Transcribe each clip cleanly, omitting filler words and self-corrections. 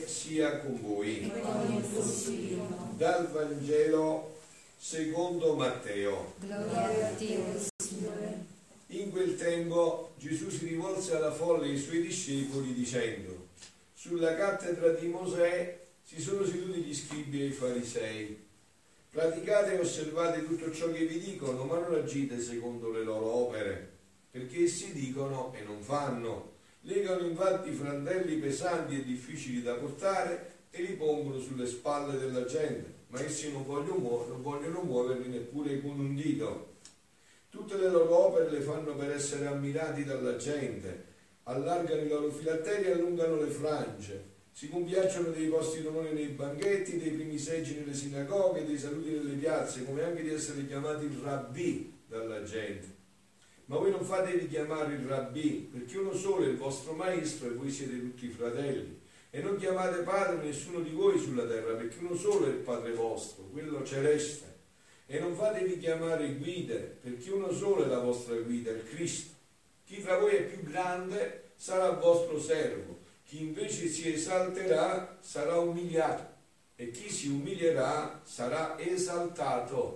Signore sia con voi. Dal Vangelo secondo Matteo. Gloria a Dio, Signore. In quel tempo Gesù si rivolse alla folla e ai suoi discepoli dicendo: sulla cattedra di Mosè si sono seduti gli scribi e i farisei. Praticate e osservate tutto ciò che vi dicono, ma non agite secondo le loro opere, perché essi dicono e non fanno. Legano infatti frandelli pesanti e difficili da portare e li pongono sulle spalle della gente, ma essi non vogliono muoverli neppure con un dito. Tutte le loro opere le fanno per essere ammirati dalla gente, allargano i loro filatteri e allungano le frange, si compiacciono dei posti d'onore nei banchetti, dei primi seggi nelle sinagoghe, dei saluti nelle piazze, come anche di essere chiamati rabbì dalla gente. Ma voi non fatevi chiamare il rabbì, perché uno solo è il vostro maestro e voi siete tutti fratelli. E non chiamate padre nessuno di voi sulla terra, perché uno solo è il Padre vostro, quello celeste. E non fatevi chiamare guide, perché uno solo è la vostra guida, il Cristo. Chi tra voi è più grande sarà vostro servo, chi invece si esalterà sarà umiliato, e chi si umilierà sarà esaltato.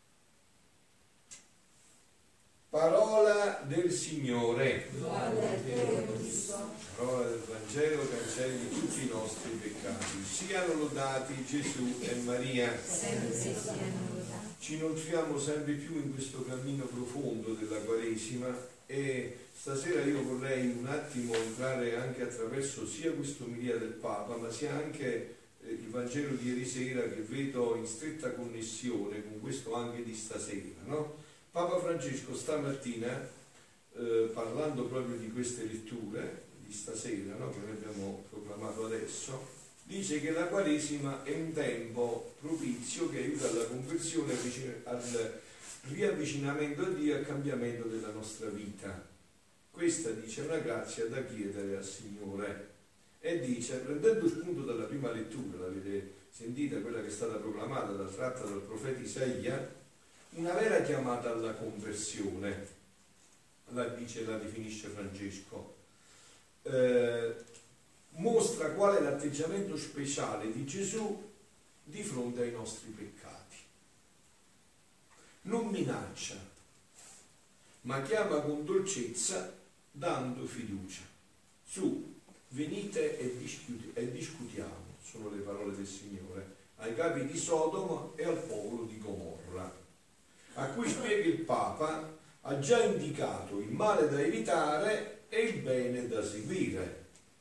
Parola del Signore. Parola del Vangelo cancelli tutti i nostri peccati. Siano lodati Gesù e Maria. Ci inoltriamo sempre più in questo cammino profondo della Quaresima e stasera io vorrei un attimo entrare anche attraverso sia quest'omelia del Papa, ma sia anche il Vangelo di ieri sera, che vedo in stretta connessione con questo anche di stasera, no? Papa Francesco stamattina, parlando proprio di queste letture di stasera, no, che noi abbiamo proclamato adesso, dice che la Quaresima è un tempo propizio che aiuta alla conversione, al riavvicinamento a Dio e al cambiamento della nostra vita. Questa, dice, è una grazia da chiedere al Signore. E dice, prendendo spunto dalla prima lettura, l'avete sentita, quella che è stata proclamata, tratta dal profeta Isaia, una vera chiamata alla conversione, la definisce Francesco, mostra qual è l'atteggiamento speciale di Gesù di fronte ai nostri peccati. Non minaccia, ma chiama con dolcezza, dando fiducia. Su, venite e discutiamo, sono le parole del Signore, ai capi di Sodoma e al popolo di Gomorra, a cui spiega il Papa, ha già indicato il male da evitare e il bene da seguire.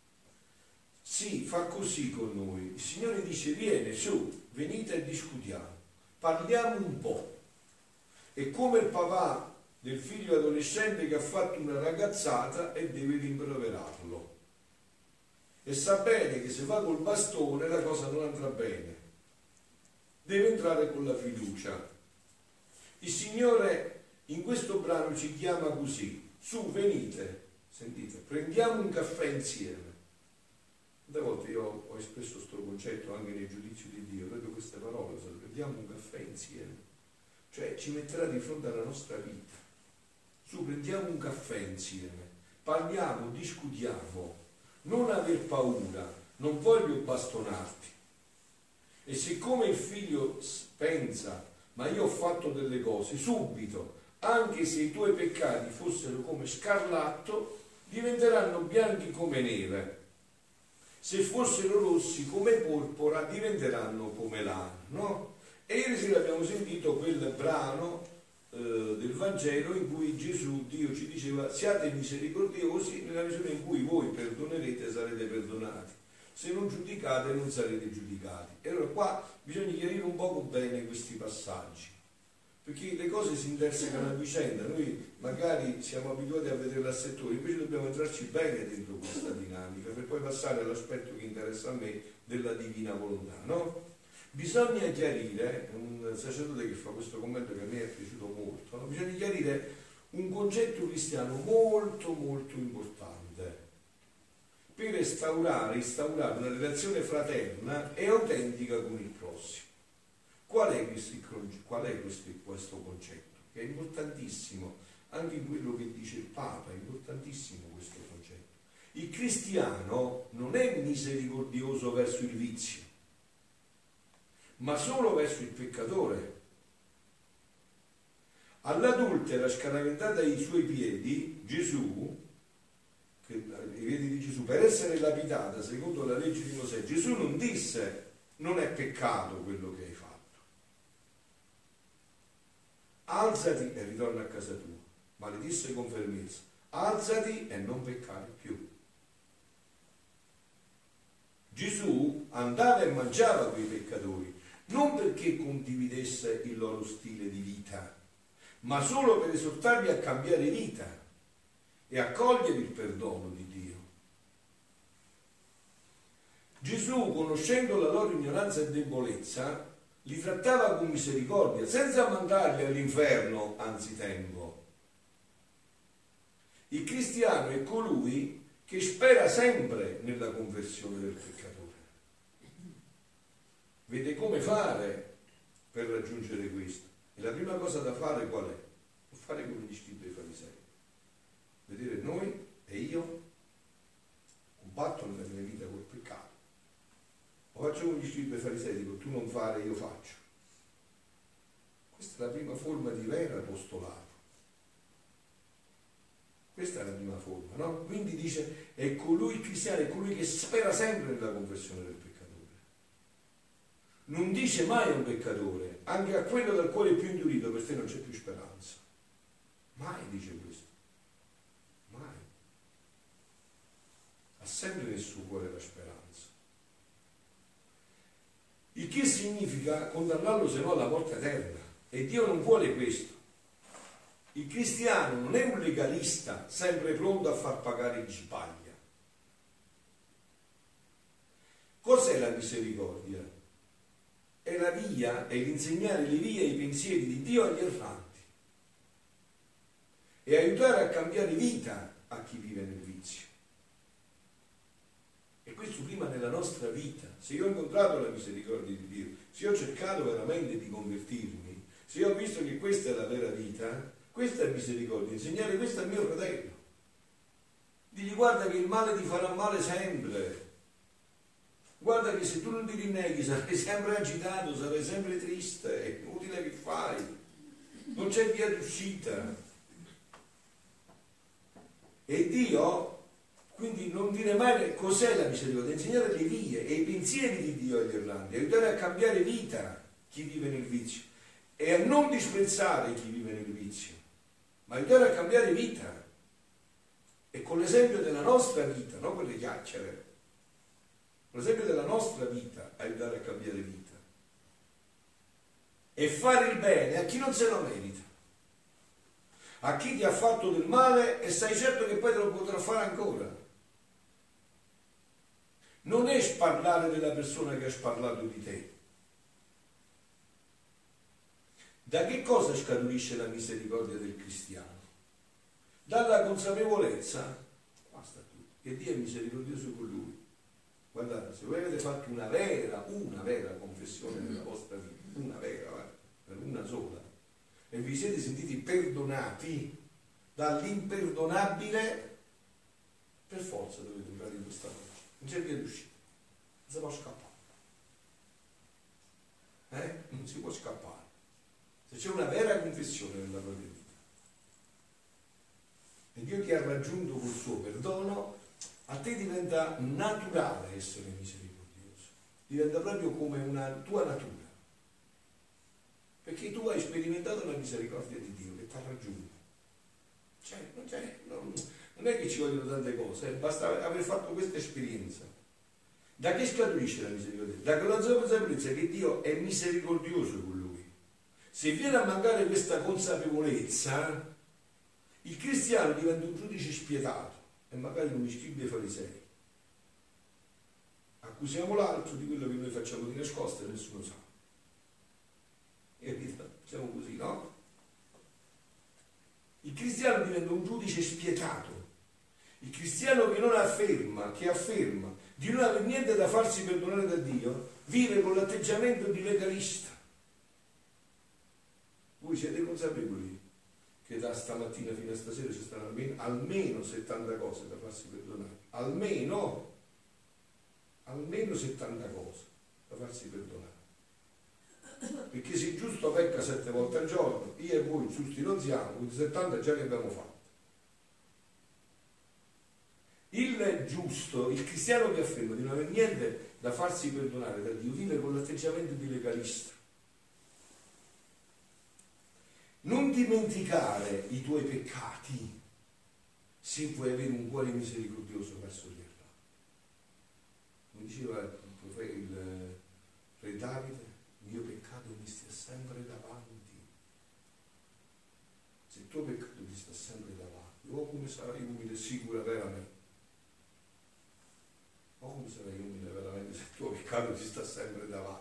Sì, fa così con noi. Il Signore dice: vieni, su, venite e discutiamo, parliamo un po'. È come il papà del figlio adolescente che ha fatto una ragazzata e deve rimproverarlo. E sa bene che se va col bastone la cosa non andrà bene. Deve entrare con la fiducia. Il Signore in questo brano ci chiama così: su, venite, sentite, prendiamo un caffè insieme. Tante volte io ho espresso questo concetto anche nel giudizio di Dio, proprio queste parole, prendiamo un caffè insieme, cioè ci metterà di fronte alla nostra vita. Su, prendiamo un caffè insieme, parliamo, discutiamo, non aver paura, non voglio bastonarti. E siccome il figlio pensa: ma io ho fatto delle cose, subito, anche se i tuoi peccati fossero come scarlatto, diventeranno bianchi come neve. Se fossero rossi come porpora, diventeranno come lana, no? E ieri sera abbiamo sentito quel brano del Vangelo in cui Gesù, Dio, ci diceva: siate misericordiosi nella misura in cui voi perdonerete, sarete perdonati. Se non giudicate, non sarete giudicati. E allora qua bisogna chiarire un poco bene questi passaggi, perché le cose si intersecano a vicenda. Noi magari siamo abituati a vederle a settori, invece dobbiamo entrarci bene dentro questa dinamica per poi passare all'aspetto che interessa a me della divina volontà, no? Bisogna chiarire, un sacerdote che fa questo commento che a me è piaciuto molto, no? Bisogna chiarire un concetto cristiano molto molto importante per instaurare una relazione fraterna e autentica con il prossimo. Qual è questo concetto? Che è importantissimo, anche in quello che dice il Papa, è importantissimo questo concetto. Il cristiano non è misericordioso verso il vizio, ma solo verso il peccatore. All'adultera scaraventata ai suoi piedi, Gesù, i piedi di Gesù, per essere lapidata secondo la legge di Mosè, Gesù non disse non è peccato quello che hai fatto, alzati e ritorna a casa tua, ma le disse con fermezza, alzati e non peccare più. Gesù andava e mangiava con i peccatori, non perché condividesse il loro stile di vita, ma solo per esortarli a cambiare vita e a cogliere il perdono di Dio. Gesù, conoscendo la loro ignoranza e debolezza, li trattava con misericordia, senza mandarli all'inferno anzitempo. Il cristiano è colui che spera sempre nella conversione del peccatore. Vede come fare per raggiungere questo. E la prima cosa da fare qual è? Non fare come gli scribi dei farisei. Vedere noi e io combatto nella mia vita col peccato. O faccio come gli scribi dei farisei, dico tu non fare, io faccio. Questa è la prima forma di vero apostolato. Questa è la prima forma, no? Quindi dice, è colui cristiano, è colui che spera sempre nella conversione del peccatore. Non dice mai a un peccatore, anche a quello dal cuore più indurito, per te non c'è più speranza. Mai dice questo. Mai. Ha sempre nel suo cuore la speranza. Il che significa condannarlo se no alla morte eterna. E Dio non vuole questo. Il cristiano non è un legalista sempre pronto a far pagare chi sbaglia. Cos'è la misericordia? È la via, è l'insegnare le vie e i pensieri di Dio agli erranti e aiutare a cambiare vita a chi vive nel vizio. E questo prima nella nostra vita. Se io ho incontrato la misericordia di Dio, se io ho cercato veramente di convertirmi, se io ho visto che questa è la vera vita, questa è misericordia, insegnare questo al mio fratello. Digli guarda che il male ti farà male sempre. Guarda che se tu non ti rinneghi sarai sempre agitato, sarai sempre triste, è inutile che fai, non c'è via d'uscita. E Dio, quindi non dire mai cos'è la misericordia, insegnare le vie e i pensieri di Dio agli erranti, aiutare a cambiare vita chi vive nel vizio e a non disprezzare chi vive nel vizio, ma aiutare a cambiare vita e con l'esempio della nostra vita, non quelle chiacchiere. Per esempio della nostra vita, aiutare a cambiare vita e fare il bene a chi non se lo merita, a chi ti ha fatto del male e sai certo che poi te lo potrà fare ancora. Non è sparlare della persona che ha sparlato di te. Da che cosa scaturisce la misericordia del cristiano? Dalla consapevolezza, basta tutto, che Dio è misericordioso con lui. Guardate, se voi avete fatto una vera confessione nella vostra vita, una vera, per una sola, e vi siete sentiti perdonati dall'imperdonabile, per forza dovete entrare in questa luce. Non c'è via d'uscita, non si può scappare. Non si può scappare. Se c'è una vera confessione nella propria vita e Dio ti ha raggiunto col suo perdono, a te diventa naturale essere misericordioso, diventa proprio come una tua natura, perché tu hai sperimentato la misericordia di Dio che ti ha raggiunto. Non è che ci vogliono tante cose, basta aver fatto questa esperienza. Da che scaturisce la misericordia? Da consapevolezza che Dio è misericordioso con lui. Se viene a mancare questa consapevolezza, il cristiano diventa un giudice spietato e magari come scribi dei farisei. Accusiamo l'altro di quello che noi facciamo di nascosto e nessuno sa. Siamo così, no? Il cristiano diventa un giudice spietato. Il cristiano che non afferma, che afferma di non avere niente da farsi perdonare da Dio, vive con l'atteggiamento di legalista. Voi siete consapevoli che da stamattina fino a stasera ci stanno almeno 70 cose da farsi perdonare, almeno 70 cose da farsi perdonare. Perché se il giusto pecca 7 volte al giorno, io e voi giusti non siamo, quindi 70 già li abbiamo fatti. Il giusto, il cristiano che afferma di non avere niente da farsi perdonare da Dio, vive con l'atteggiamento di legalista. Non dimenticare i tuoi peccati se vuoi avere un cuore misericordioso verso gli altri. Come diceva il re Davide, il mio peccato mi sta sempre davanti. Se il tuo peccato ti sta sempre davanti, o come sarai umile e sicura veramente, o come sarai umile veramente se il tuo peccato ti sta sempre davanti.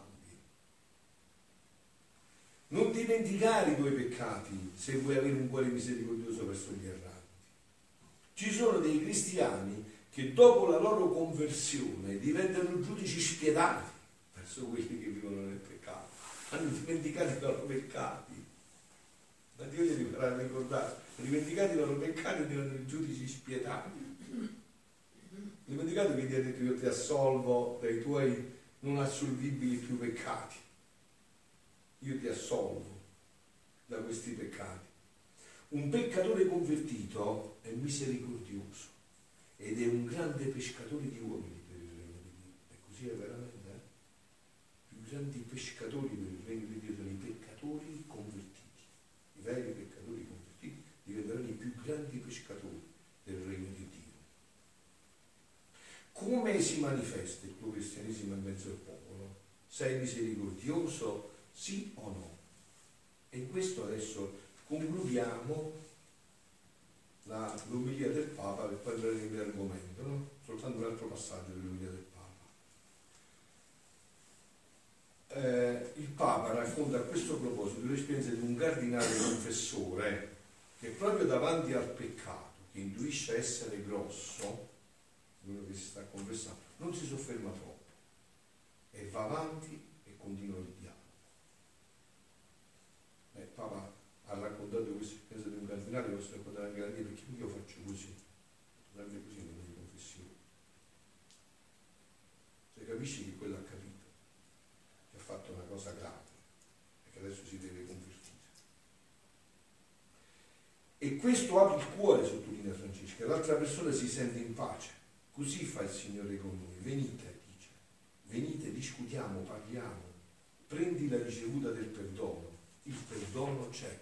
Non dimenticare i tuoi peccati se vuoi avere un cuore misericordioso verso gli erranti. Ci sono dei cristiani che dopo la loro conversione diventano giudici spietati verso quelli che vivono nel peccato. Hanno dimenticato i loro peccati. Ma Dio li farà ricordare. Dimenticati i loro peccati e diventano giudici spietati. Dimenticato che Dio ha detto io ti assolvo dai tuoi non assolvibili più peccati. Io ti assolvo da questi peccati. Un peccatore convertito è misericordioso ed è un grande pescatore di uomini per il regno di Dio. E così è veramente, I più grandi pescatori per il regno di Dio sono i peccatori convertiti. I veri peccatori convertiti diventeranno i più grandi pescatori del regno di Dio. Come si manifesta il tuo cristianesimo in mezzo al popolo? Sei misericordioso? Sì o no? E in questo adesso concludiamo l'omelia del Papa per poi entrare nell'argomento, no? Soltanto un altro passaggio dell'omelia del Papa. Il Papa racconta a questo proposito l'esperienza di un cardinale confessore che proprio davanti al peccato, che intuisce essere grosso, quello che si sta confessando, non si sofferma troppo e va avanti e continua il dialogo. Il Papa ha raccontato questa esperienza di un cardinale, posso raccontare anche la mia, perché io faccio così, sempre così nelle mie confessioni. Se capisci che quello ha capito, che ha fatto una cosa grave e che adesso si deve convertire. E questo apre il cuore, sottolinea Francesca, l'altra persona si sente in pace. Così fa il Signore con noi. Venite, dice, venite, discutiamo, parliamo, prendi la ricevuta del perdono. Il perdono c'è.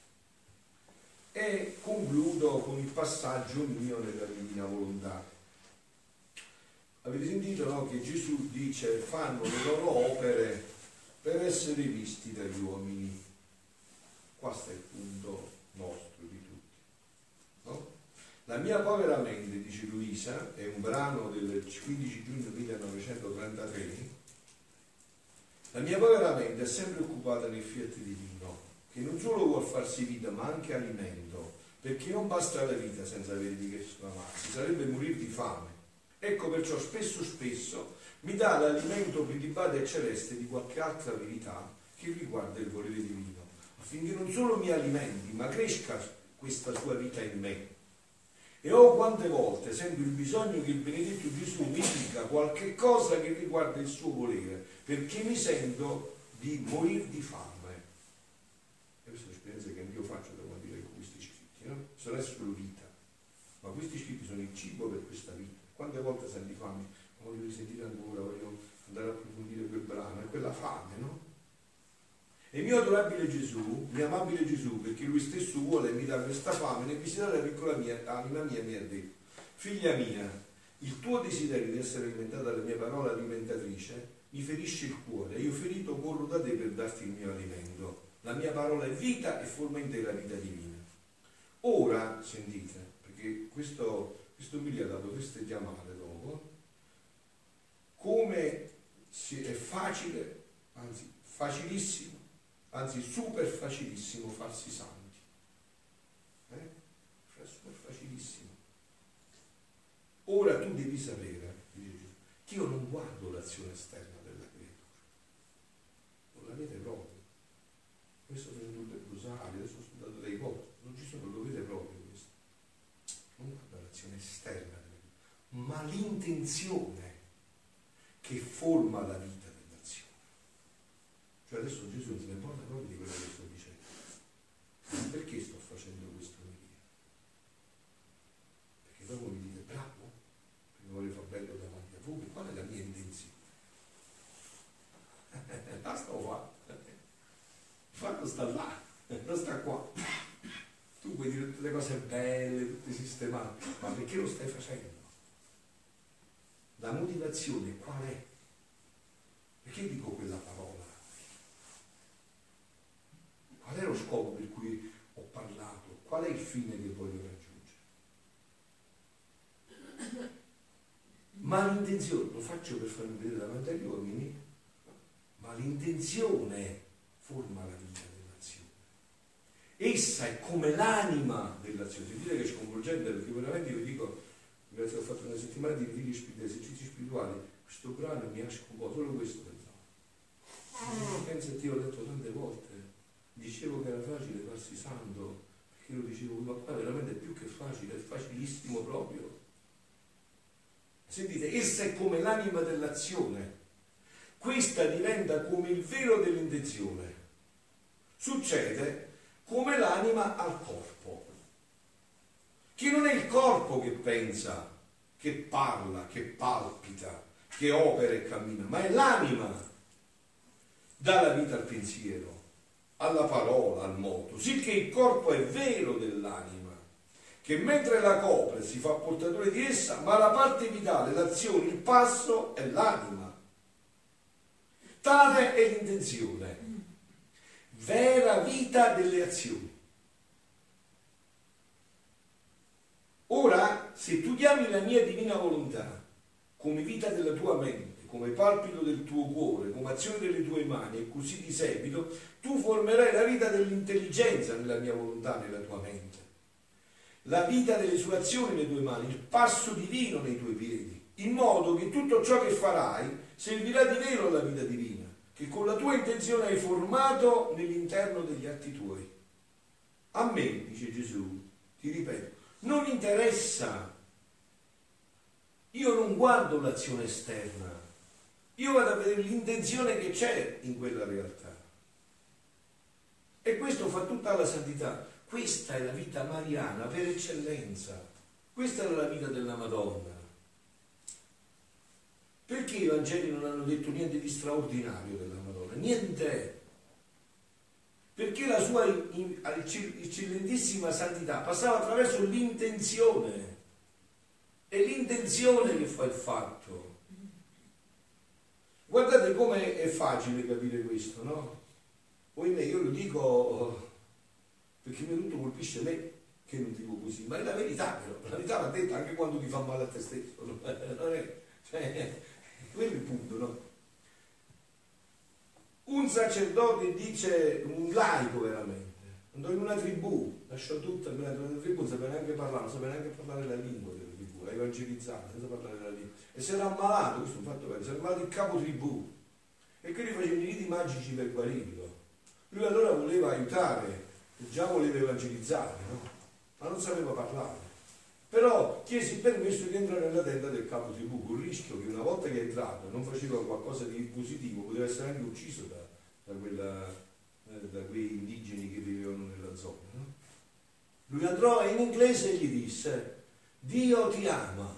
E concludo con il passaggio mio nella divina volontà. Avete sentito, no, che Gesù dice fanno le loro opere per essere visti dagli uomini. Questo è il punto nostro di tutti, no? La mia povera mente, dice Luisa, è un brano del 15 giugno 1933. La mia povera mente è sempre occupata nel fiat divino, che non solo vuol farsi vita ma anche alimento, perché non basta la vita senza avere di che sfamarsi, sarebbe morire di fame. Ecco perciò spesso mi dà l'alimento prelibato e celeste di qualche altra verità che riguarda il volere divino, affinché non solo mi alimenti, ma cresca questa sua vita in me. E quante volte sento il bisogno che il benedetto Gesù mi dica qualche cosa che riguarda il suo volere, perché mi sento di morire di fame. E questa è un'esperienza che anch'io faccio da quando leggo questi scritti, no? Non è solo vita, ma questi scritti sono il cibo per questa vita. Quante volte senti fame? Voglio risentire ancora, voglio andare a approfondire quel brano, è quella fame, no? E il mio adorabile Gesù, mio amabile Gesù, perché lui stesso vuole mi dà questa fame, nel visitare la piccola anima mia mi ha detto: figlia mia, il tuo desiderio di essere alimentata dalla mia parola alimentatrice mi ferisce il cuore, e io ferito corro da te per darti il mio alimento. La mia parola è vita e forma in te la vita divina. Ora, sentite, perché questo omelia la potreste chiamare dopo, come è facile, anzi facilissimo, anzi super facilissimo farsi santi. Super facilissimo. Ora tu devi sapere, dice Gesù, che io non guardo l'azione esterna della creatura. Non la vede proprio. Questo sono tutte brusali, adesso ho studiato dei volte, non ci sono l'intenzione che forma la vita dell'azione. Cioè adesso Gesù non se ne importa proprio di quello che sto dicendo. Perché sto facendo questo omelia? Perché dopo mi dite bravo, perché voglio far bello davanti a voi, qual è la mia intenzione? La sto qua. Il fatto sta là, non sta qua. Tu puoi dire tutte le cose belle, tutte sistemate, ma perché lo stai facendo? La motivazione qual è? Perché dico quella parola? Qual è lo scopo per cui ho parlato? Qual è il fine che voglio raggiungere? Ma l'intenzione, lo faccio per farmi vedere davanti agli uomini, ma l'intenzione forma la vita dell'azione. Essa è come l'anima dell'azione. Sentite che è sconvolgente, perché veramente io dico, grazie, ho fatto una settimana di esercizi spirituali, questo brano mi ha sconvolto, solo questo pensavo. Penso che io ho detto tante volte, dicevo che era facile farsi santo, perché io dicevo, ma qua veramente è più che facile, è facilissimo proprio. Sentite, essa è come l'anima dell'azione, questa diventa come il velo dell'intenzione, succede come l'anima al corpo, che non è il corpo che pensa, che parla, che palpita, che opera e cammina, ma è l'anima, dà la vita al pensiero, alla parola, al moto, sicché il corpo è velo dell'anima, che mentre la copre si fa portatore di essa, ma la parte vitale, l'azione, il passo è l'anima. Tale è l'intenzione, vera vita delle azioni. Ora, se tu chiami la mia divina volontà come vita della tua mente, come palpito del tuo cuore, come azione delle tue mani e così di seguito, tu formerai la vita dell'intelligenza nella mia volontà, nella tua mente, la vita delle sue azioni nelle tue mani, il passo divino nei tuoi piedi, in modo che tutto ciò che farai servirà di vero alla vita divina, che con la tua intenzione hai formato nell'interno degli atti tuoi. A me, dice Gesù, ti ripeto, non interessa, io non guardo l'azione esterna, io vado a vedere l'intenzione che c'è in quella realtà. E questo fa tutta la santità. Questa è la vita mariana per eccellenza. Questa era la vita della Madonna. Perché i Vangeli non hanno detto niente di straordinario della Madonna? Niente. Perché la sua eccellentissima santità passava attraverso l'intenzione. È l'intenzione che fa il fatto. Guardate come è facile capire questo, no? Ohimè, io lo dico perché mi tutto colpisce me che non dico così, ma è la verità però. La verità va detta anche quando ti fa male a te stesso. Non è, cioè, quello è il punto, no? Un sacerdote dice, un laico veramente, andò in una tribù, lasciò tutta la tribù, non sapeva neanche parlare, non sapeva neanche parlare la lingua della tribù, la evangelizzata senza parlare la lingua, e si era ammalato, questo è un fatto vero, si era ammalato il capo tribù, e quindi facevano i riti magici per guarirlo. Lui allora voleva aiutare, già voleva evangelizzare, no? Ma non sapeva parlare. Però chiese il permesso di entrare nella tenda del capo tribù, con il rischio che una volta che è entrato e non faceva qualcosa di positivo, poteva essere anche ucciso da quei indigeni che vivevano nella zona. No? Lui andò e in inglese gli disse: Dio ti ama.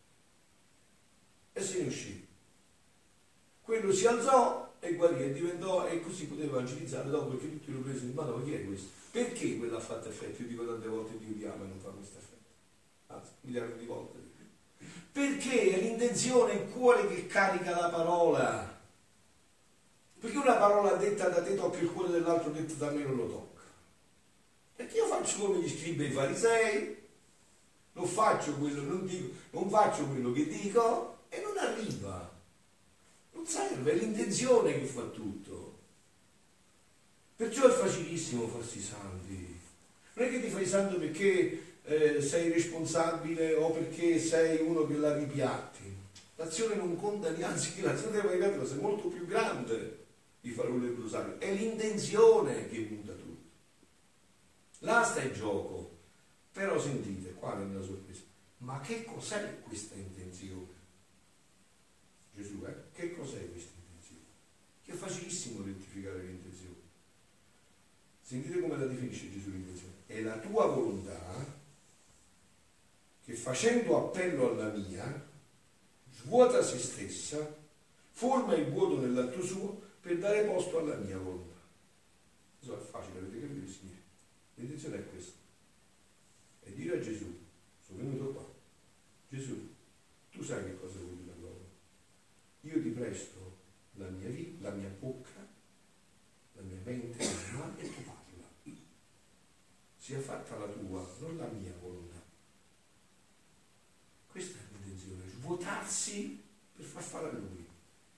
E se ne uscì. Quello si alzò e guarì e diventò, e così poteva evangelizzare dopo, perché tutti lo presero in mano. Ma chi è questo? Perché quello ha fatto effetto? Io dico tante volte Dio ti ama e non fa questo effetto. Anzi, miliardi di volte. Perché è l'intenzione, il cuore che carica la parola. Perché una parola detta da te tocca il cuore dell'altro, detta da me non lo tocca. Perché io faccio come gli scribi i farisei, non faccio quello, non faccio quello che dico e non arriva. Non serve, è l'intenzione che fa tutto. Perciò è facilissimo farsi santi. Non è che ti fai santo perché sei responsabile o perché sei uno che la ripiatti. L'azione non conta neanche, anzi l'azione della verità è molto più grande di fare un leprosario. È l'intenzione che muta tutto. Là sta il gioco. Però sentite, qua viene la sorpresa. Ma che cos'è questa intenzione? Gesù, che cos'è questa intenzione? Che è facilissimo rettificare l'intenzione. Sentite come la definisce Gesù l'intenzione. È la tua volontà che facendo appello alla mia, svuota se stessa, forma il vuoto nell'atto suo per dare posto alla mia volontà. Insomma, è facile, avete capito che significa? L'intenzione è questa. È dire a Gesù, sono venuto qua, Gesù, tu sai che cosa vuoi da loro. Io ti presto la mia vita, la mia bocca, la mia mente, la mia mano e tu parla. Sia fatta la tua, non la mia volontà. Questa è l'intenzione, svuotarsi per far fare a lui.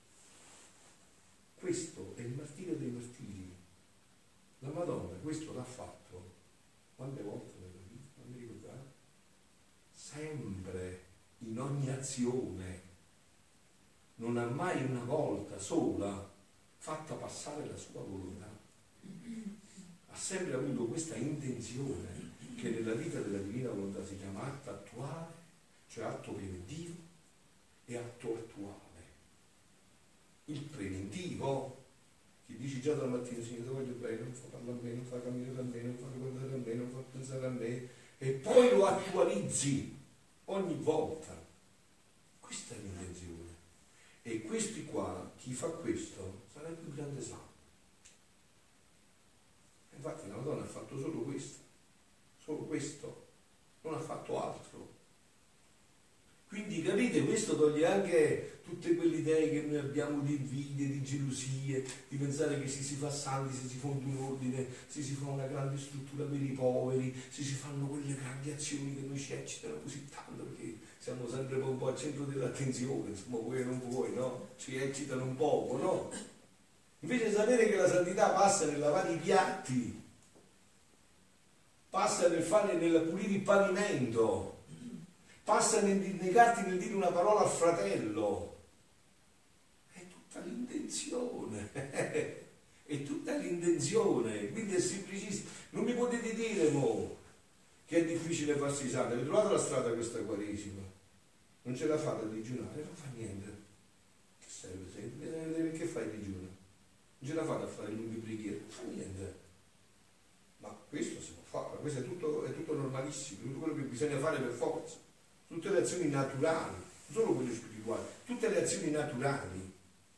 Questo è il martirio dei martiri. La Madonna questo l'ha fatto quante volte nella vita, non mi ricordate? Sempre, in ogni azione. Non ha mai una volta sola fatta passare la sua volontà. Ha sempre avuto questa intenzione che nella vita della divina volontà si chiama atto attuale, cioè atto preventivo e atto attuale. Il preventivo, che dici già dalla mattina, Signore, ti voglio bene, non fa parlare a me, non fa camminare a me, non fa ricordare a me, non fa pensare a me, e poi lo attualizzi ogni volta. Questa è l'intenzione. E questi qua, chi fa questo, sarà il più grande santo. Infatti la Madonna ha fatto solo questo, non ha fatto altro. Quindi capite, questo toglie anche tutte quelle idee che noi abbiamo di invidie, di gelosie, di pensare che se si fa santi, se si fonda un ordine, se si fa una grande struttura per i poveri, se si fanno quelle grandi azioni che noi ci eccitano così tanto, perché siamo sempre un po' al centro dell'attenzione, insomma, voi non vuoi, no? Ci eccitano un poco, no? Invece sapere che la santità passa nel lavare i piatti, passa nel pulire il pavimento, passa nel negarti nel dire una parola al fratello. È tutta l'intenzione. È tutta l'intenzione. Quindi è semplicissimo. Non mi potete dire che è difficile farsi santi. Avete trovato la strada questa Quaresima? Non ce la fate a digiunare? Non fa niente. Che serve? Che fai digiuno? Non ce la fate a fare lunghe preghiere? Non fa niente. Ma questo si può fare. Questo è tutto normalissimo. Tutto quello che bisogna fare per forza. Tutte le azioni naturali, non solo quelle spirituali, tutte le azioni naturali.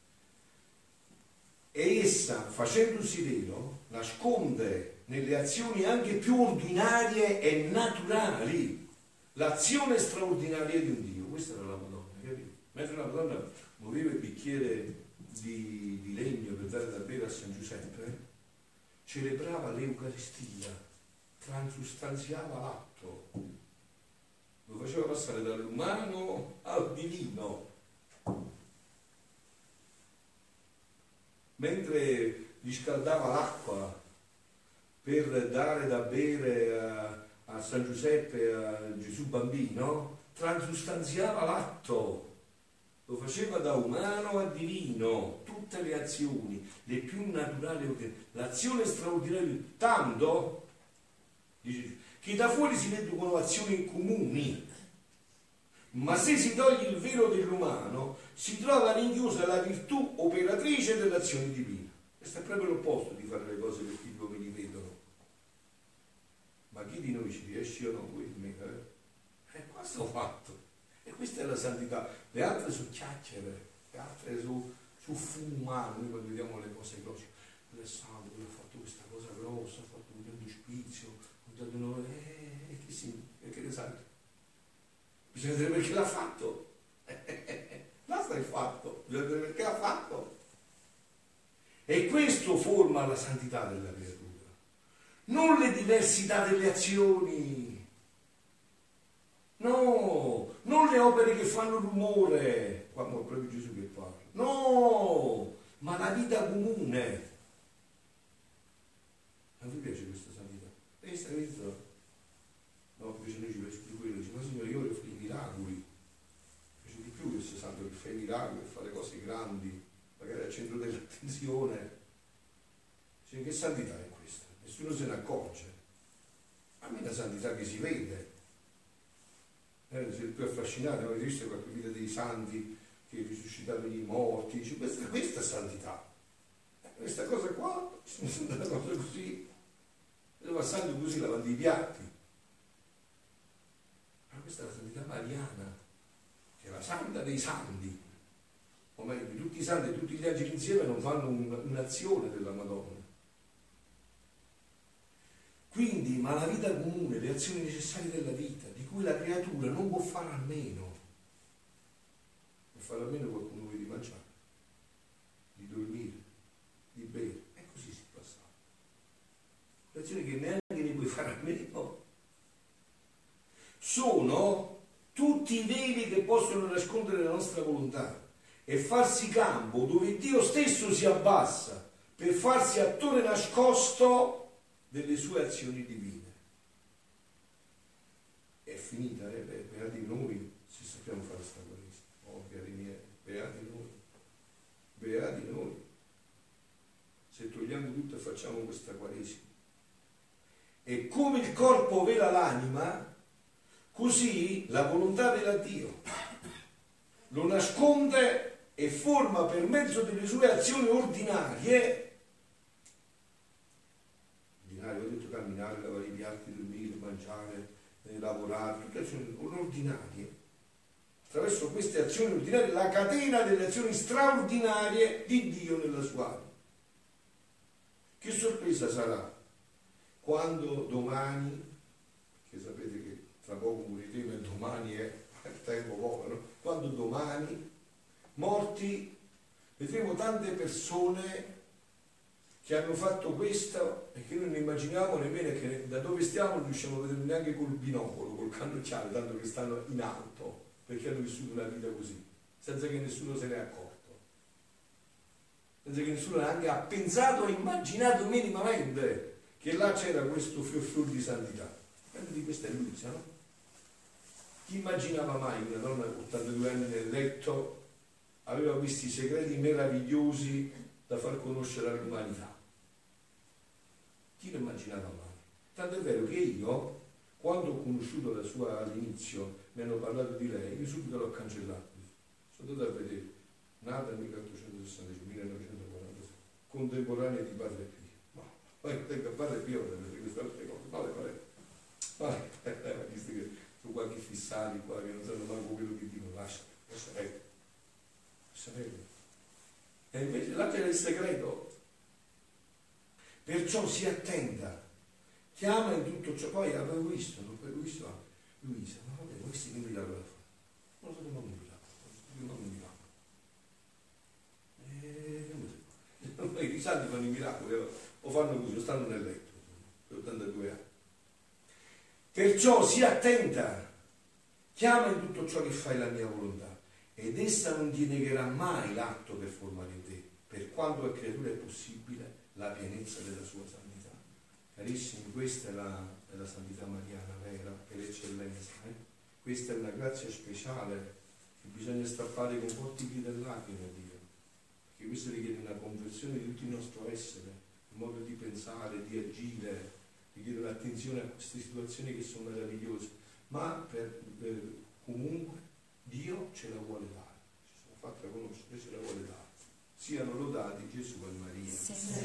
E essa, facendosi vero, nasconde nelle azioni anche più ordinarie e naturali l'azione straordinaria di un Dio. Questa era la Madonna, capito? Mentre la Madonna muoveva il bicchiere di legno per dare da bere a San Giuseppe, celebrava l'Eucaristia, transustanziava l'atto. Lo faceva passare dall'umano al divino. Mentre gli scaldava l'acqua per dare da bere a San Giuseppe, a Gesù bambino, transustanziava l'atto. Lo faceva da umano a divino, tutte le azioni, le più naturali, l'azione straordinaria, tanto, dice, che da fuori si vedono azioni comuni, ma se si toglie il velo dell'umano si trova rinchiusa la virtù operatrice dell'azione divina. Questo è proprio l'opposto di fare le cose perché gli uomini vedono. Ma chi di noi ci riesce o no? Questo ho fatto. E questa è la santità. Le altre sono chiacchiere, le altre su fumare. Noi quando vediamo le cose grosse, quello è santo, quello ha fatto questa cosa grossa, ha fatto un grande ospizio. Che sì, perché ne sai? Bisogna vedere perché l'ha fatto. Basta il fatto, bisogna vedere perché l'ha fatto. E questo forma la santità della creatura, non le diversità delle azioni, no, non le opere che fanno rumore, quando è proprio Gesù che parla, no, ma la vita comune. A vi piace questa santità? E sta vita? No, invece noi ci piace quello, dice, ma Signore, io voglio fare i miracoli. Invece di più questo santo che fa i miracoli, che fa le cose grandi, magari al centro dell'attenzione. Cioè, che santità è questa? Nessuno se ne accorge. A me è una santità che si vede. Sei più affascinato, avete visto qualche vita dei santi che risuscitavano i morti, dice, questa è santità, questa cosa qua, una cosa così, passando così lavando i piatti. Ma questa è la santità mariana, che è la santa dei santi, o meglio, tutti i santi e tutti gli angeli insieme non fanno un'azione della Madonna. Quindi, ma la vita comune, le azioni necessarie della vita, di cui la creatura non può fare a meno. Può fare a meno qualcuno vuole di mangiare, di dormire, di bere, e così si passa. Le azioni che neanche ne puoi fare a meno sono tutti i veli che possono nascondere la nostra volontà e farsi campo dove Dio stesso si abbassa per farsi attore nascosto delle sue azioni divine. È finita, beati noi se sappiamo fare sta Quaresima. Oh, cari miei, beati noi, beati noi se togliamo tutto e facciamo questa Quaresima. E come il corpo vela l'anima, così la volontà vela Dio, lo nasconde e forma per mezzo delle sue azioni ordinarie. Ho detto camminare, lavare i piatti, dormire, mangiare, lavorare, tutte azioni ordinarie. Attraverso queste azioni ordinarie, la catena delle azioni straordinarie di Dio nella sua anima. Che sorpresa sarà quando domani, che sapete che tra poco moriremo e domani è il tempo poco, no? Quando domani, morti, vedremo tante persone che hanno fatto questo e che noi non immaginiamo nemmeno, che da dove stiamo non riusciamo a vedere neanche col binocolo, col cannocchiale, tanto che stanno in alto, perché hanno vissuto una vita così, senza che nessuno se ne è accorto, senza che nessuno neanche ha pensato o immaginato minimamente che là c'era questo fior di santità. E di questa è Luisa, no? Chi immaginava mai una donna di 82 anni nel letto aveva questi segreti meravigliosi da far conoscere all'umanità? Chi lo immaginava mai? Tanto è vero che io, quando ho conosciuto la sua all'inizio, mi hanno parlato di lei, io subito l'ho cancellato. Sono andato a vedere, nata nel 1865, 1946, contemporanea di Padre Pio. Ma poi tengo a Padre Pio per vedere queste altre cose. Vale, visto che sono qualche fissati qua che non sanno manco quello che dicono, lascia perdere. E invece là c'era il segreto. Perciò si attenta, chiama in tutto ciò. Poi avevo visto Luisa, ma vabbè, questi che miracolo da fare? Non so come miracolo. I santi fanno i miracoli, o fanno così, o stanno nel letto, per 82 anni. Perciò si attenta, chiama in tutto ciò che fai la mia volontà, ed essa non ti negherà mai l'atto per formare in te, per quanto a creatura è possibile, la pienezza della sua santità. Carissimi, questa è la santità mariana vera, per eccellenza. Questa è una grazia speciale che bisogna strappare con forti grida e lacrime a Dio, perché questo richiede una conversione di tutto il nostro essere, il modo di pensare, di agire, richiede un'attenzione a queste situazioni che sono meravigliose, ma comunque Dio ce la vuole dare, ci sono fatta conoscere, ce la vuole dare. Siano lodati Gesù e Maria.